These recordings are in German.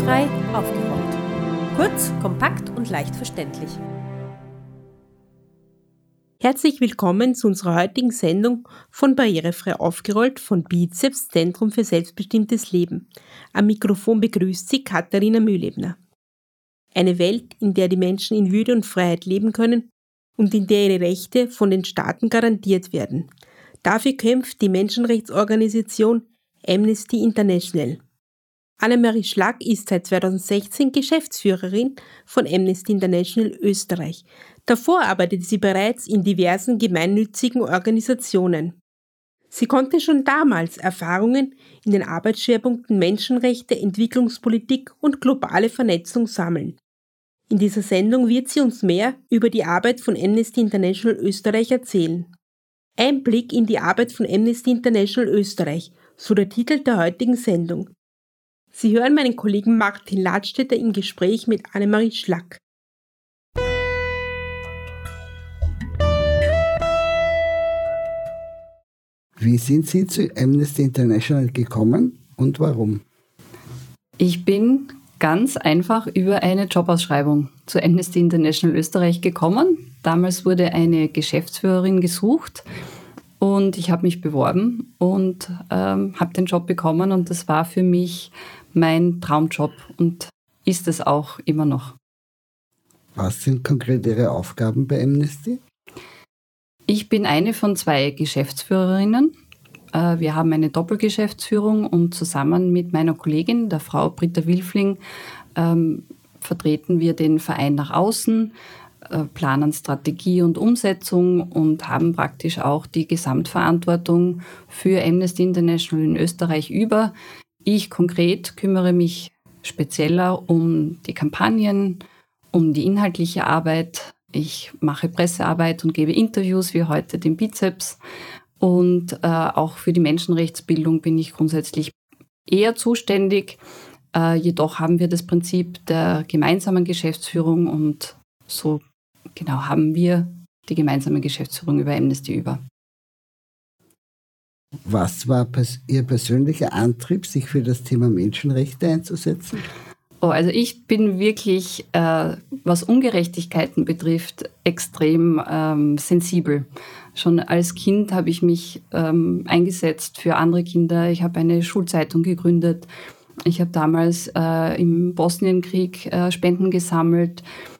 Barrierefrei aufgerollt. Kurz, kompakt und leicht verständlich. Herzlich willkommen zu unserer heutigen Sendung von Barrierefrei aufgerollt von Bizeps, Zentrum für selbstbestimmtes Leben. Am Mikrofon begrüßt Sie Katharina Mühlebner. Eine Welt, in der die Menschen in Würde und Freiheit leben können und in der ihre Rechte von den Staaten garantiert werden. Dafür kämpft die Menschenrechtsorganisation Amnesty International. Annemarie Schlack ist seit 2016 Geschäftsführerin von Amnesty International Österreich. Davor arbeitete sie bereits in diversen gemeinnützigen Organisationen. Sie konnte schon damals Erfahrungen in den Arbeitsschwerpunkten Menschenrechte, Entwicklungspolitik und globale Vernetzung sammeln. In dieser Sendung wird sie uns mehr über die Arbeit von Amnesty International Österreich erzählen. Ein Blick in die Arbeit von Amnesty International Österreich, so der Titel der heutigen Sendung. Sie hören meinen Kollegen Martin Ladstätter im Gespräch mit Annemarie Schlack. Wie sind Sie zu Amnesty International gekommen und warum? Ich bin ganz einfach über eine Jobausschreibung zu Amnesty International Österreich gekommen. Damals wurde eine Geschäftsführerin gesucht und ich habe mich beworben und habe den Job bekommen und das war für mich mein Traumjob und ist es auch immer noch. Was sind konkret Ihre Aufgaben bei Amnesty? Ich bin eine von 2 Geschäftsführerinnen. Wir haben eine Doppelgeschäftsführung und zusammen mit meiner Kollegin, der Frau Britta Wilfling, vertreten wir den Verein nach außen, planen Strategie und Umsetzung und haben praktisch auch die Gesamtverantwortung für Amnesty International in Österreich über. Ich konkret kümmere mich spezieller um die Kampagnen, um die inhaltliche Arbeit. Ich mache Pressearbeit und gebe Interviews wie heute den Bizeps. Und auch für die Menschenrechtsbildung bin ich grundsätzlich eher zuständig. Jedoch haben wir das Prinzip der gemeinsamen Geschäftsführung und so genau haben wir die gemeinsame Geschäftsführung über Amnesty über. Was war Ihr persönlicher Antrieb, sich für das Thema Menschenrechte einzusetzen? Also ich bin wirklich, was Ungerechtigkeiten betrifft, extrem sensibel. Schon als Kind habe ich mich eingesetzt für andere Kinder. Ich habe eine Schulzeitung gegründet. Ich habe damals im Bosnienkrieg Spenden gesammelt.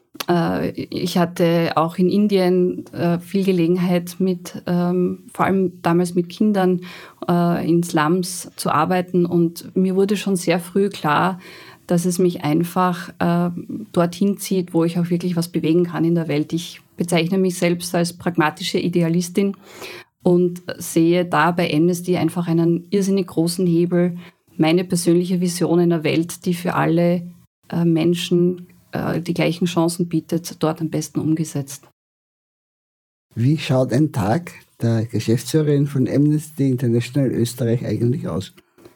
Ich hatte auch in Indien viel Gelegenheit, vor allem damals mit Kindern in Slums zu arbeiten. Und mir wurde schon sehr früh klar, dass es mich einfach dorthin zieht, wo ich auch wirklich was bewegen kann in der Welt. Ich bezeichne mich selbst als pragmatische Idealistin und sehe da bei Amnesty einfach einen irrsinnig großen Hebel, meine persönliche Vision einer Welt, die für alle Menschen die gleichen Chancen bietet, dort am besten umgesetzt. Wie schaut ein Tag der Geschäftsführerin von Amnesty International Österreich eigentlich aus?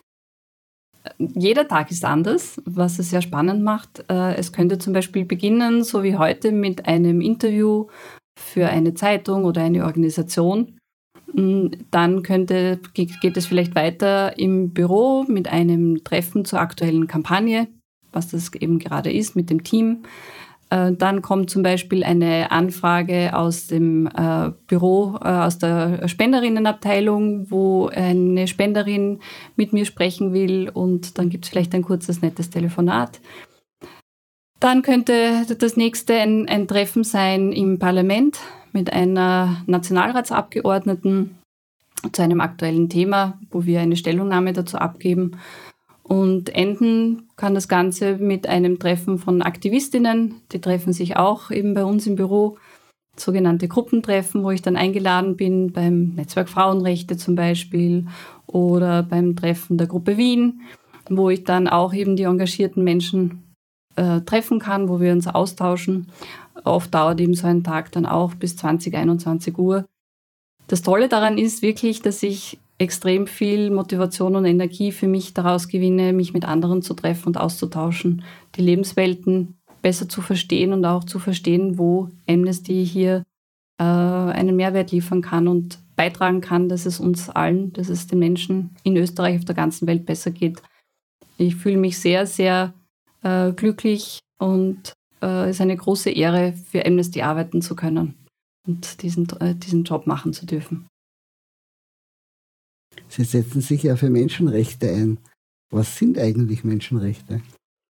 Jeder Tag ist anders, was es sehr spannend macht. Es könnte zum Beispiel beginnen, so wie heute, mit einem Interview für eine Zeitung oder eine Organisation. Dann geht es vielleicht weiter im Büro mit einem Treffen zur aktuellen Kampagne, was das eben gerade ist mit dem Team. Dann kommt zum Beispiel eine Anfrage aus dem Büro, aus der Spenderinnenabteilung, wo eine Spenderin mit mir sprechen will und dann gibt es vielleicht ein kurzes, nettes Telefonat. Dann könnte das nächste ein Treffen sein im Parlament mit einer Nationalratsabgeordneten zu einem aktuellen Thema, wo wir eine Stellungnahme dazu abgeben. Und enden kann das Ganze mit einem Treffen von Aktivistinnen. Die treffen sich auch eben bei uns im Büro, sogenannte Gruppentreffen, wo ich dann eingeladen bin, beim Netzwerk Frauenrechte zum Beispiel oder beim Treffen der Gruppe Wien, wo ich dann auch eben die engagierten Menschen treffen kann, wo wir uns austauschen. Oft dauert eben so ein Tag dann auch bis 20, 21 Uhr. Das Tolle daran ist wirklich, dass ich extrem viel Motivation und Energie für mich daraus gewinne, mich mit anderen zu treffen und auszutauschen, die Lebenswelten besser zu verstehen und auch zu verstehen, wo Amnesty hier einen Mehrwert liefern kann und beitragen kann, dass es uns allen, dass es den Menschen in Österreich, auf der ganzen Welt besser geht. Ich fühle mich sehr, sehr glücklich und ist eine große Ehre, für Amnesty arbeiten zu können und diesen Job machen zu dürfen. Sie setzen sich ja für Menschenrechte ein. Was sind eigentlich Menschenrechte?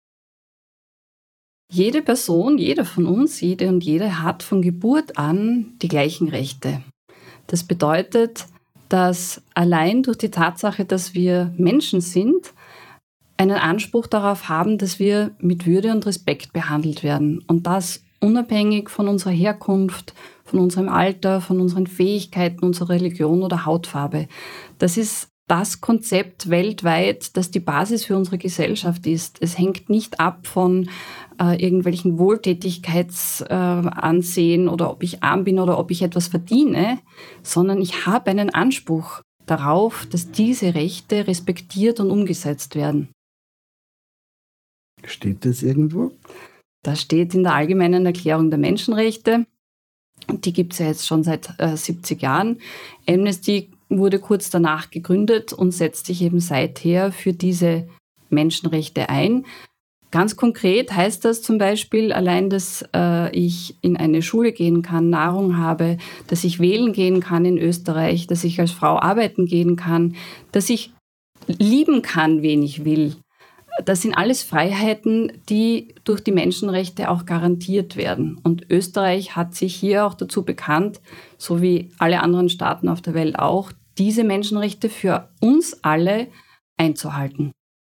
Jede Person, jeder von uns, jede und jede hat von Geburt an die gleichen Rechte. Das bedeutet, dass allein durch die Tatsache, dass wir Menschen sind, einen Anspruch darauf haben, dass wir mit Würde und Respekt behandelt werden. Und das unabhängig von unserer Herkunft, von unserem Alter, von unseren Fähigkeiten, unserer Religion oder Hautfarbe. Das ist das Konzept weltweit, das die Basis für unsere Gesellschaft ist. Es hängt nicht ab von irgendwelchen Wohltätigkeitsansehen oder ob ich arm bin oder ob ich etwas verdiene, sondern ich habe einen Anspruch darauf, dass diese Rechte respektiert und umgesetzt werden. Steht das irgendwo? Das steht in der Allgemeinen Erklärung der Menschenrechte. Die gibt es ja jetzt schon seit 70 Jahren. Amnesty wurde kurz danach gegründet und setzt sich eben seither für diese Menschenrechte ein. Ganz konkret heißt das zum Beispiel allein, dass ich in eine Schule gehen kann, Nahrung habe, dass ich wählen gehen kann in Österreich, dass ich als Frau arbeiten gehen kann, dass ich lieben kann, wen ich will. Das sind alles Freiheiten, die durch die Menschenrechte auch garantiert werden. Und Österreich hat sich hier auch dazu bekannt, so wie alle anderen Staaten auf der Welt auch, diese Menschenrechte für uns alle einzuhalten.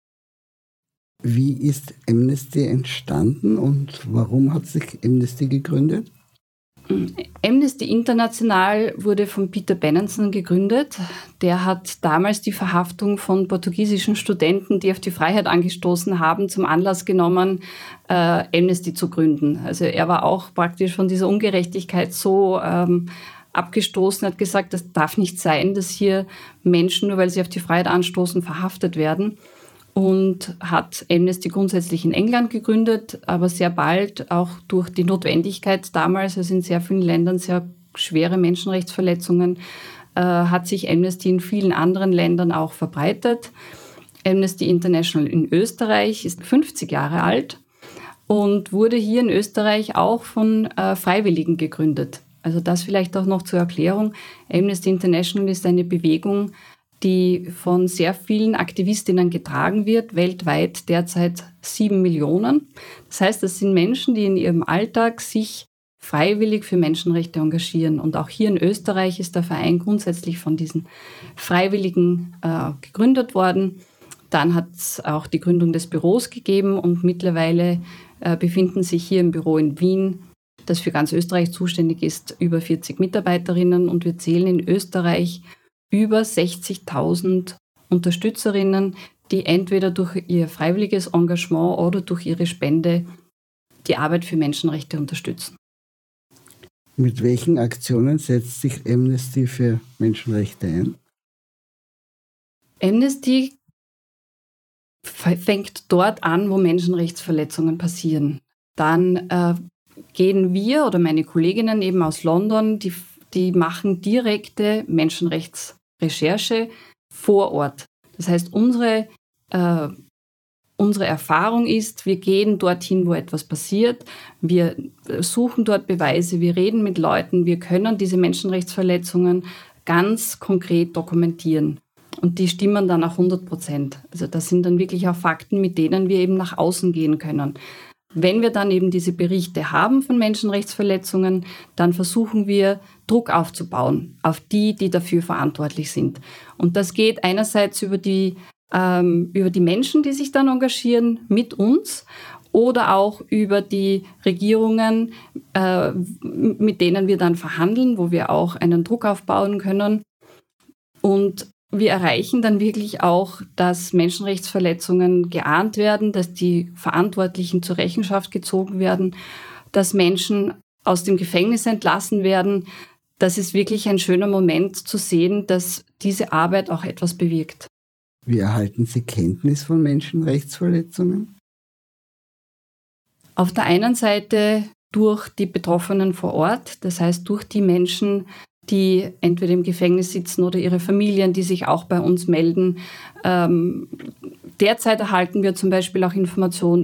Wie ist Amnesty entstanden und warum hat sich Amnesty gegründet? Amnesty International wurde von Peter Benenson gegründet. Der hat damals die Verhaftung von portugiesischen Studenten, die auf die Freiheit angestoßen haben, zum Anlass genommen, Amnesty zu gründen. Also er war auch praktisch von dieser Ungerechtigkeit so abgestoßen, hat gesagt, das darf nicht sein, dass hier Menschen, nur weil sie auf die Freiheit anstoßen, verhaftet werden. Und hat Amnesty grundsätzlich in England gegründet, aber sehr bald auch durch die Notwendigkeit damals, also in sehr vielen Ländern sehr schwere Menschenrechtsverletzungen, hat sich Amnesty in vielen anderen Ländern auch verbreitet. Amnesty International in Österreich ist 50 Jahre alt und wurde hier in Österreich auch von Freiwilligen gegründet. Also das vielleicht auch noch zur Erklärung. Amnesty International ist eine Bewegung, die von sehr vielen Aktivistinnen getragen wird, weltweit derzeit 7 Millionen. Das heißt, das sind Menschen, die in ihrem Alltag sich freiwillig für Menschenrechte engagieren. Und auch hier in Österreich ist der Verein grundsätzlich von diesen Freiwilligen gegründet worden. Dann hat es auch die Gründung des Büros gegeben und mittlerweile befinden sich hier im Büro in Wien, das für ganz Österreich zuständig ist, über 40 Mitarbeiterinnen und wir zählen in Österreich über 60.000 Unterstützerinnen, die entweder durch ihr freiwilliges Engagement oder durch ihre Spende die Arbeit für Menschenrechte unterstützen. Mit welchen Aktionen setzt sich Amnesty für Menschenrechte ein? Amnesty fängt dort an, wo Menschenrechtsverletzungen passieren. Dann gehen wir oder meine Kolleginnen eben aus London, die machen direkte Menschenrechtsrecherche vor Ort. Das heißt, unsere Erfahrung ist, wir gehen dorthin, wo etwas passiert, wir suchen dort Beweise, wir reden mit Leuten, wir können diese Menschenrechtsverletzungen ganz konkret dokumentieren. Und die stimmen dann auch 100%. Also das sind dann wirklich auch Fakten, mit denen wir eben nach außen gehen können. Wenn wir dann eben diese Berichte haben von Menschenrechtsverletzungen, dann versuchen wir, Druck aufzubauen auf die dafür verantwortlich sind. Und das geht einerseits über die Menschen, die sich dann engagieren, mit uns oder auch über die Regierungen, mit denen wir dann verhandeln, wo wir auch einen Druck aufbauen können. Und wir erreichen dann wirklich auch, dass Menschenrechtsverletzungen geahnt werden, dass die Verantwortlichen zur Rechenschaft gezogen werden, dass Menschen aus dem Gefängnis entlassen werden. Das ist wirklich ein schöner Moment zu sehen, dass diese Arbeit auch etwas bewirkt. Wie erhalten Sie Kenntnis von Menschenrechtsverletzungen? Auf der einen Seite durch die Betroffenen vor Ort, das heißt durch die Menschen, die entweder im Gefängnis sitzen oder ihre Familien, die sich auch bei uns melden. Derzeit erhalten wir zum Beispiel auch Informationen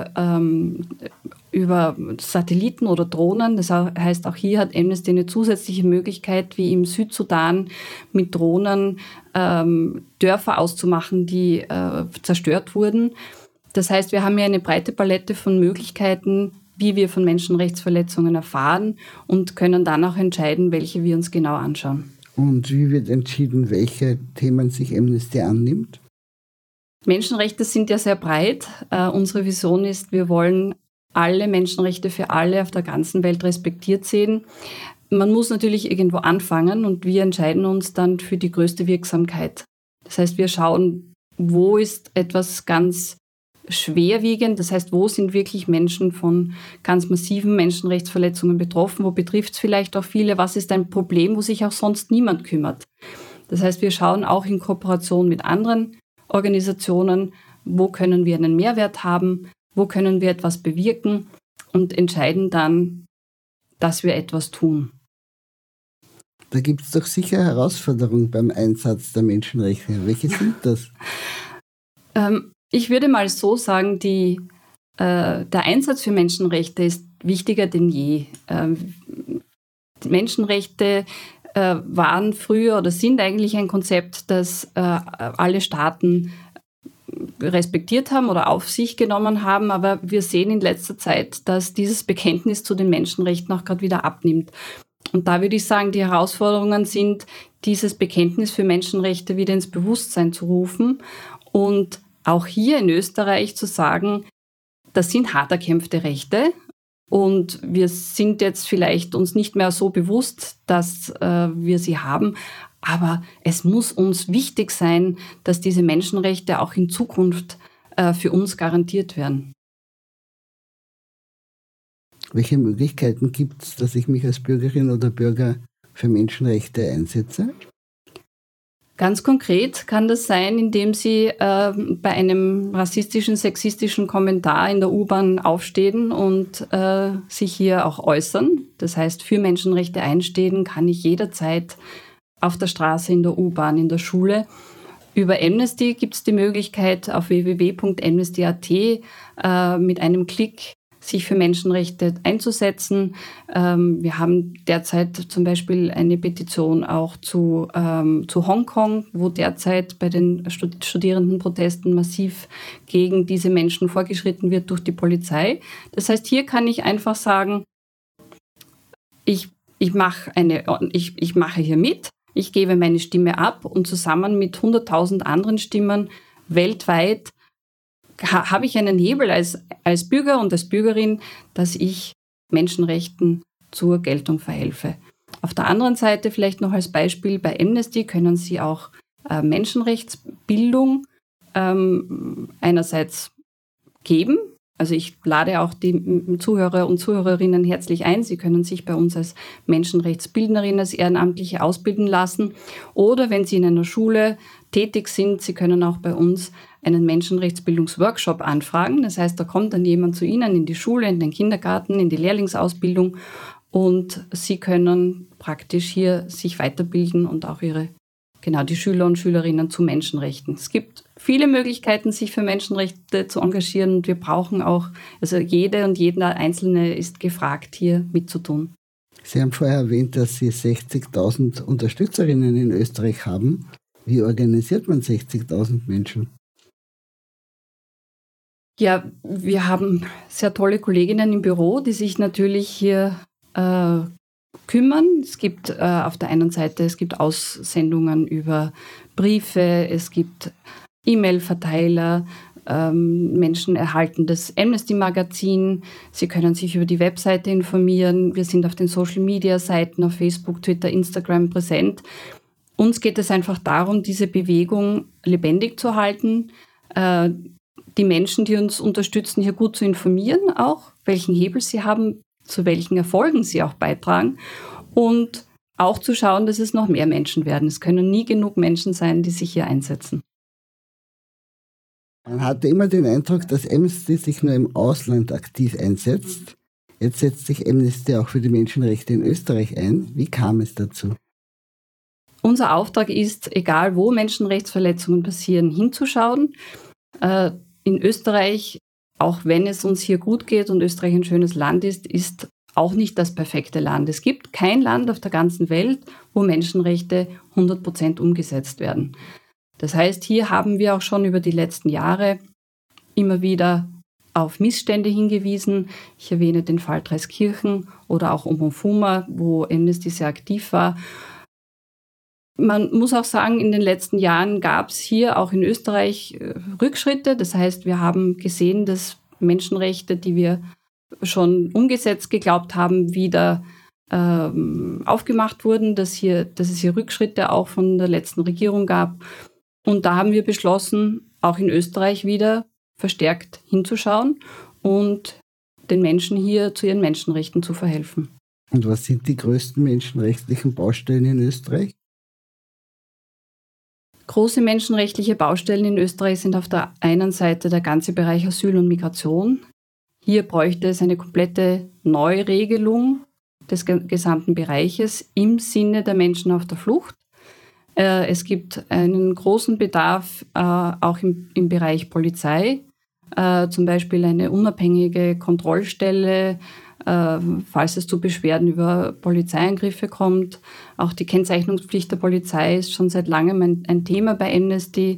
über Satelliten oder Drohnen. Das heißt, auch hier hat Amnesty eine zusätzliche Möglichkeit, wie im Südsudan mit Drohnen Dörfer auszumachen, die zerstört wurden. Das heißt, wir haben hier eine breite Palette von Möglichkeiten, wie wir von Menschenrechtsverletzungen erfahren und können dann auch entscheiden, welche wir uns genau anschauen. Und wie wird entschieden, welche Themen sich Amnesty annimmt? Menschenrechte sind ja sehr breit. Unsere Vision ist, wir wollen alle Menschenrechte für alle auf der ganzen Welt respektiert sehen. Man muss natürlich irgendwo anfangen und wir entscheiden uns dann für die größte Wirksamkeit. Das heißt, wir schauen, wo ist etwas ganz schwerwiegend, das heißt, wo sind wirklich Menschen von ganz massiven Menschenrechtsverletzungen betroffen, wo betrifft es vielleicht auch viele, was ist ein Problem, wo sich auch sonst niemand kümmert. Das heißt, wir schauen auch in Kooperation mit anderen Organisationen, wo können wir einen Mehrwert haben, wo können wir etwas bewirken und entscheiden dann, dass wir etwas tun. Da gibt es doch sicher Herausforderungen beim Einsatz der Menschenrechte. Welche sind das? Ich würde mal so sagen, der Einsatz für Menschenrechte ist wichtiger denn je. Die Menschenrechte waren früher oder sind eigentlich ein Konzept, das alle Staaten respektiert haben oder auf sich genommen haben, aber wir sehen in letzter Zeit, dass dieses Bekenntnis zu den Menschenrechten auch gerade wieder abnimmt. Und da würde ich sagen, die Herausforderungen sind, dieses Bekenntnis für Menschenrechte wieder ins Bewusstsein zu rufen und auch hier in Österreich zu sagen, das sind hart erkämpfte Rechte und wir sind jetzt vielleicht uns nicht mehr so bewusst, dass wir sie haben, aber es muss uns wichtig sein, dass diese Menschenrechte auch in Zukunft für uns garantiert werden. Welche Möglichkeiten gibt es, dass ich mich als Bürgerin oder Bürger für Menschenrechte einsetze? Ganz konkret kann das sein, indem Sie bei einem rassistischen, sexistischen Kommentar in der U-Bahn aufstehen und sich hier auch äußern. Das heißt, für Menschenrechte einstehen kann ich jederzeit auf der Straße, in der U-Bahn, in der Schule. Über Amnesty gibt es die Möglichkeit, auf www.amnesty.at mit einem Klick sich für Menschenrechte einzusetzen. Wir haben derzeit zum Beispiel eine Petition auch zu Hongkong, wo derzeit bei den Studierendenprotesten massiv gegen diese Menschen vorgeschritten wird durch die Polizei. Das heißt, hier kann ich einfach sagen, ich mache hier mit, ich gebe meine Stimme ab und zusammen mit 100.000 anderen Stimmen weltweit habe ich einen Hebel als Bürger und als Bürgerin, dass ich Menschenrechten zur Geltung verhelfe. Auf der anderen Seite vielleicht noch als Beispiel, bei Amnesty können Sie auch Menschenrechtsbildung einerseits geben. Also ich lade auch die Zuhörer und Zuhörerinnen herzlich ein. Sie können sich bei uns als Menschenrechtsbildnerin, als Ehrenamtliche ausbilden lassen. Oder wenn Sie in einer Schule tätig sind, Sie können auch bei uns einen Menschenrechtsbildungsworkshop anfragen. Das heißt, da kommt dann jemand zu Ihnen in die Schule, in den Kindergarten, in die Lehrlingsausbildung und Sie können praktisch hier sich weiterbilden und auch die Schüler und Schülerinnen zu Menschenrechten. Es gibt viele Möglichkeiten, sich für Menschenrechte zu engagieren und wir brauchen auch, also jede und jeder Einzelne ist gefragt, hier mitzutun. Sie haben vorher erwähnt, dass Sie 60.000 Unterstützerinnen in Österreich haben. Wie organisiert man 60.000 Menschen? Ja, wir haben sehr tolle Kolleginnen im Büro, die sich natürlich hier kümmern. Es gibt auf der einen Seite, es gibt Aussendungen über Briefe, es gibt E-Mail-Verteiler, Menschen erhalten das Amnesty-Magazin, sie können sich über die Webseite informieren, wir sind auf den Social-Media-Seiten, auf Facebook, Twitter, Instagram präsent. Uns geht es einfach darum, diese Bewegung lebendig zu halten, die Menschen, die uns unterstützen, hier gut zu informieren, auch welchen Hebel sie haben, zu welchen Erfolgen sie auch beitragen und auch zu schauen, dass es noch mehr Menschen werden. Es können nie genug Menschen sein, die sich hier einsetzen. Man hatte immer den Eindruck, dass Amnesty sich nur im Ausland aktiv einsetzt. Jetzt setzt sich Amnesty auch für die Menschenrechte in Österreich ein. Wie kam es dazu? Unser Auftrag ist, egal wo Menschenrechtsverletzungen passieren, hinzuschauen. In Österreich, auch wenn es uns hier gut geht und Österreich ein schönes Land ist auch nicht das perfekte Land. Es gibt kein Land auf der ganzen Welt, wo Menschenrechte 100% umgesetzt werden. Das heißt, hier haben wir auch schon über die letzten Jahre immer wieder auf Missstände hingewiesen. Ich erwähne den Fall Treskirchen oder auch Omonfuma, wo Amnesty sehr aktiv war. Man muss auch sagen, in den letzten Jahren gab es hier auch in Österreich Rückschritte. Das heißt, wir haben gesehen, dass Menschenrechte, die wir schon umgesetzt geglaubt haben, wieder aufgemacht wurden, dass es hier Rückschritte auch von der letzten Regierung gab. Und da haben wir beschlossen, auch in Österreich wieder verstärkt hinzuschauen und den Menschen hier zu ihren Menschenrechten zu verhelfen. Und was sind die größten menschenrechtlichen Baustellen in Österreich? Große menschenrechtliche Baustellen in Österreich sind auf der einen Seite der ganze Bereich Asyl und Migration. Hier bräuchte es eine komplette Neuregelung des gesamten Bereiches im Sinne der Menschen auf der Flucht. Es gibt einen großen Bedarf auch im Bereich Polizei, zum Beispiel eine unabhängige Kontrollstelle, falls es zu Beschwerden über Polizeieingriffe kommt. Auch die Kennzeichnungspflicht der Polizei ist schon seit langem ein Thema bei Amnesty.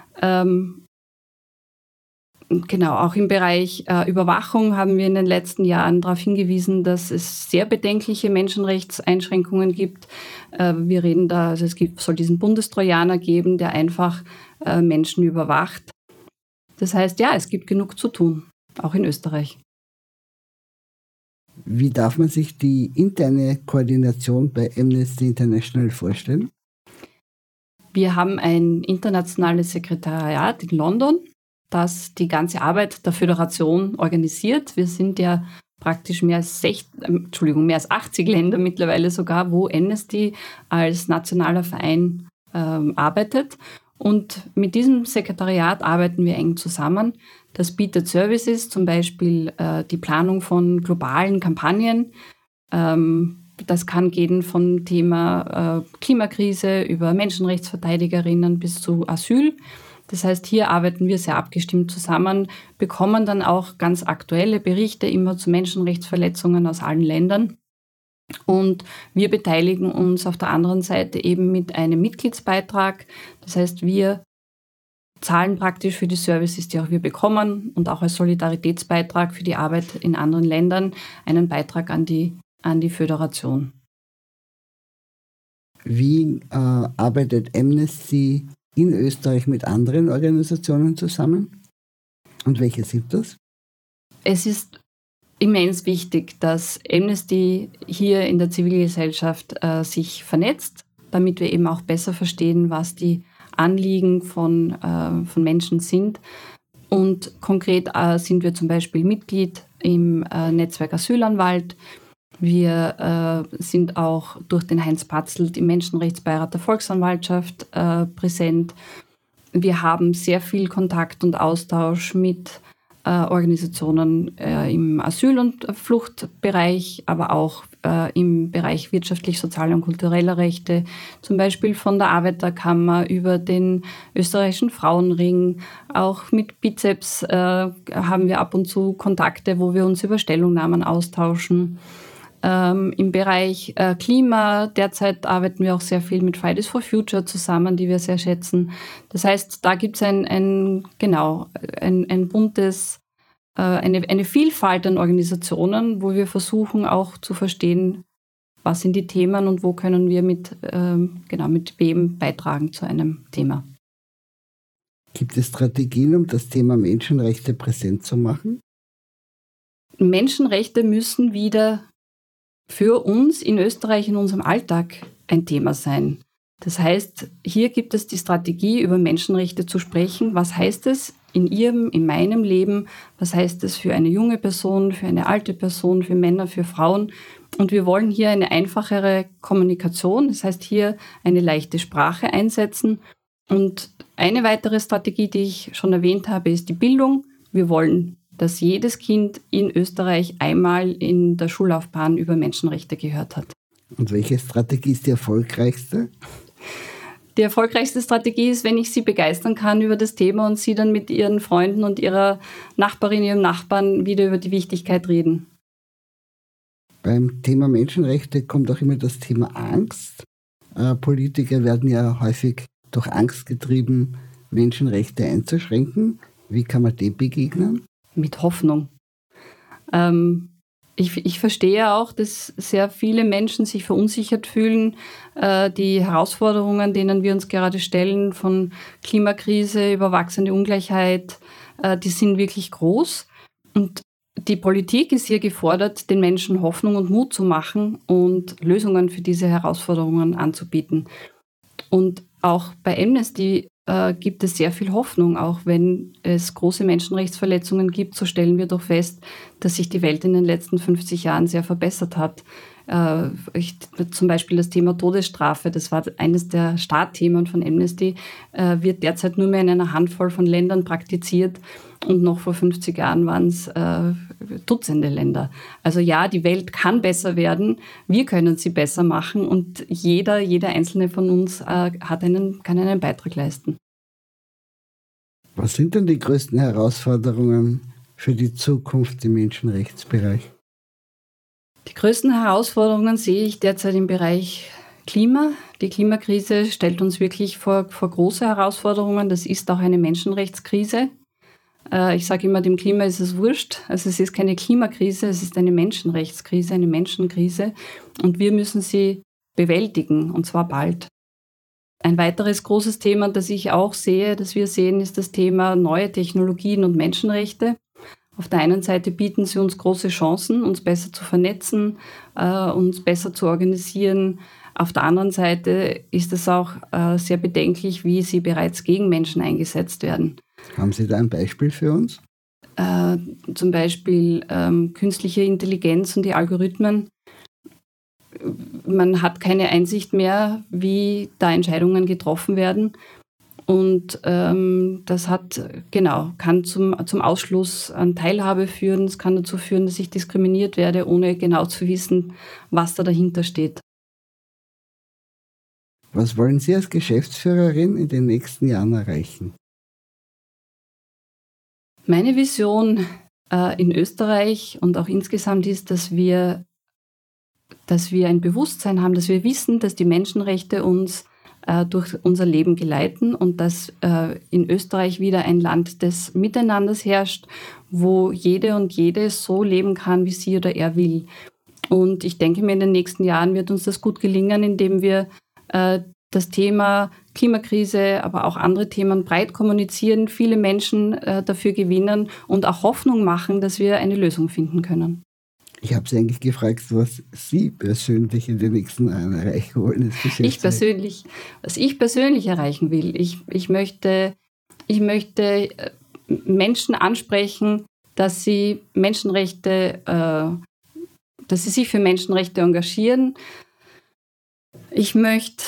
Genau, auch im Bereich Überwachung haben wir in den letzten Jahren darauf hingewiesen, dass es sehr bedenkliche Menschenrechtseinschränkungen gibt. Wir reden da, also soll diesen Bundestrojaner geben, der einfach Menschen überwacht. Das heißt, ja, es gibt genug zu tun, auch in Österreich. Wie darf man sich die interne Koordination bei Amnesty International vorstellen? Wir haben ein internationales Sekretariat in London, das die ganze Arbeit der Föderation organisiert. Wir sind ja praktisch mehr als 80 Länder mittlerweile sogar, wo Amnesty als nationaler Verein arbeitet. Und mit diesem Sekretariat arbeiten wir eng zusammen. Das bietet Services, zum Beispiel die Planung von globalen Kampagnen. Das kann gehen vom Thema Klimakrise über Menschenrechtsverteidigerinnen bis zu Asyl. Das heißt, hier arbeiten wir sehr abgestimmt zusammen, bekommen dann auch ganz aktuelle Berichte immer zu Menschenrechtsverletzungen aus allen Ländern. Und wir beteiligen uns auf der anderen Seite eben mit einem Mitgliedsbeitrag. Das heißt, wir zahlen praktisch für die Services, die auch wir bekommen und auch als Solidaritätsbeitrag für die Arbeit in anderen Ländern einen Beitrag an die Föderation. Wie arbeitet Amnesty in Österreich mit anderen Organisationen zusammen? Und welche sind das? Es ist immens wichtig, dass Amnesty hier in der Zivilgesellschaft sich vernetzt, damit wir eben auch besser verstehen, was die Anliegen von Menschen sind. Und konkret sind wir zum Beispiel Mitglied im Netzwerk Asylanwalt. Wir sind auch durch den Heinz Patzelt im Menschenrechtsbeirat der Volksanwaltschaft präsent. Wir haben sehr viel Kontakt und Austausch mit Organisationen im Asyl- und Fluchtbereich, aber auch im Bereich wirtschaftlich, sozialer und kultureller Rechte, zum Beispiel von der Arbeiterkammer über den österreichischen Frauenring. Auch mit Bizeps haben wir ab und zu Kontakte, wo wir uns über Stellungnahmen austauschen. Im Bereich Klima, derzeit arbeiten wir auch sehr viel mit Fridays for Future zusammen, die wir sehr schätzen. Das heißt, da gibt es ein buntes, eine Vielfalt an Organisationen, wo wir versuchen auch zu verstehen, was sind die Themen und wo können wir mit wem beitragen zu einem Thema. Gibt es Strategien, um das Thema Menschenrechte präsent zu machen? Menschenrechte müssen wieder für uns in Österreich in unserem Alltag ein Thema sein. Das heißt, hier gibt es die Strategie, über Menschenrechte zu sprechen. Was heißt es in meinem Leben? Was heißt es für eine junge Person, für eine alte Person, für Männer, für Frauen? Und wir wollen hier eine einfachere Kommunikation, das heißt hier eine leichte Sprache einsetzen. Und eine weitere Strategie, die ich schon erwähnt habe, ist die Bildung. Wir wollen, dass jedes Kind in Österreich einmal in der Schullaufbahn über Menschenrechte gehört hat. Und welche Strategie ist die erfolgreichste? Die erfolgreichste Strategie ist, wenn ich sie begeistern kann über das Thema und sie dann mit ihren Freunden und ihrer Nachbarin, ihrem Nachbarn wieder über die Wichtigkeit reden. Beim Thema Menschenrechte kommt auch immer das Thema Angst. Politiker werden ja häufig durch Angst getrieben, Menschenrechte einzuschränken. Wie kann man dem begegnen? Mit Hoffnung. Ich verstehe auch, dass sehr viele Menschen sich verunsichert fühlen. Die Herausforderungen, denen wir uns gerade stellen, von Klimakrise über wachsende Ungleichheit, die sind wirklich groß. Und die Politik ist hier gefordert, den Menschen Hoffnung und Mut zu machen und Lösungen für diese Herausforderungen anzubieten. Und auch bei Amnesty gibt es sehr viel Hoffnung. Auch wenn es große Menschenrechtsverletzungen gibt, so stellen wir doch fest, dass sich die Welt in den letzten 50 Jahren sehr verbessert hat. Zum Beispiel das Thema Todesstrafe, das war eines der Startthemen von Amnesty, wird derzeit nur mehr in einer Handvoll von Ländern praktiziert und noch vor 50 Jahren waren es Dutzende Länder. Also ja, die Welt kann besser werden, wir können sie besser machen und jeder einzelne von uns kann einen Beitrag leisten. Was sind denn die größten Herausforderungen für die Zukunft im Menschenrechtsbereich? Die größten Herausforderungen sehe ich derzeit im Bereich Klima. Die Klimakrise stellt uns wirklich vor große Herausforderungen. Das ist auch eine Menschenrechtskrise. Ich sage immer, dem Klima ist es wurscht. Also es ist keine Klimakrise, es ist eine Menschenrechtskrise, eine Menschenkrise. Und wir müssen sie bewältigen, und zwar bald. Ein weiteres großes Thema, das ich auch sehe, das wir sehen, ist das Thema neue Technologien und Menschenrechte. Auf der einen Seite bieten sie uns große Chancen, uns besser zu vernetzen, uns besser zu organisieren. Auf der anderen Seite ist es auch sehr bedenklich, wie sie bereits gegen Menschen eingesetzt werden. Haben Sie da ein Beispiel für uns? Zum Beispiel künstliche Intelligenz und die Algorithmen. Man hat keine Einsicht mehr, wie da Entscheidungen getroffen werden. Und das kann zum Ausschluss an Teilhabe führen. Es kann dazu führen, dass ich diskriminiert werde, ohne genau zu wissen, was da dahinter steht. Was wollen Sie als Geschäftsführerin in den nächsten Jahren erreichen? Meine Vision in Österreich und auch insgesamt ist, dass wir ein Bewusstsein haben, dass wir wissen, dass die Menschenrechte uns durch unser Leben geleiten und dass in Österreich wieder ein Land des Miteinanders herrscht, wo jede und jede so leben kann, wie sie oder er will. Und ich denke mir, in den nächsten Jahren wird uns das gut gelingen, indem wir das Thema Klimakrise, aber auch andere Themen breit kommunizieren, viele Menschen dafür gewinnen und auch Hoffnung machen, dass wir eine Lösung finden können. Ich habe Sie eigentlich gefragt, was Sie persönlich in den nächsten Jahren erreichen wollen. Was ich persönlich erreichen will. Ich möchte Menschen ansprechen, dass sie sich für Menschenrechte engagieren. Ich möchte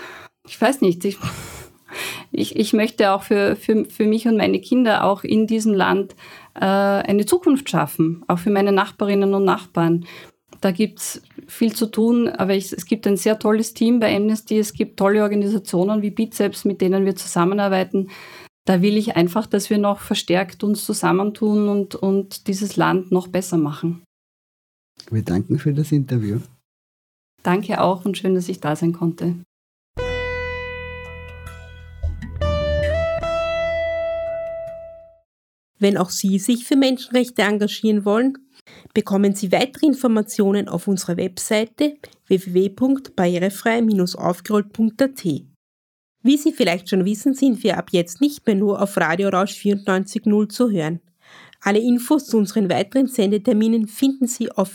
auch für mich und meine Kinder auch in diesem Land eine Zukunft schaffen, auch für meine Nachbarinnen und Nachbarn. Da gibt es viel zu tun, aber es gibt ein sehr tolles Team bei Amnesty. Es gibt tolle Organisationen wie Bizeps, mit denen wir zusammenarbeiten. Da will ich einfach, dass wir noch verstärkt uns zusammentun und dieses Land noch besser machen. Wir danken für das Interview. Danke auch und schön, dass ich da sein konnte. Wenn auch Sie sich für Menschenrechte engagieren wollen, bekommen Sie weitere Informationen auf unserer Webseite www.barrierefrei-aufgerollt.at. Wie Sie vielleicht schon wissen, sind wir ab jetzt nicht mehr nur auf Radio Rausch 94.0 zu hören. Alle Infos zu unseren weiteren Sendeterminen finden Sie auf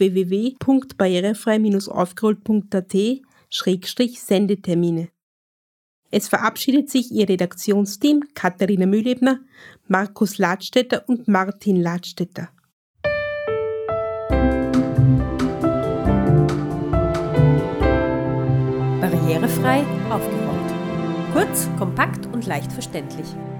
www.barrierefrei-aufgerollt.at/Sendetermine. Es verabschiedet sich Ihr Redaktionsteam Katharina Mühlebner, Markus Ladstätter und Martin Ladstätter. Barrierefrei aufgerollt. Kurz, kompakt und leicht verständlich.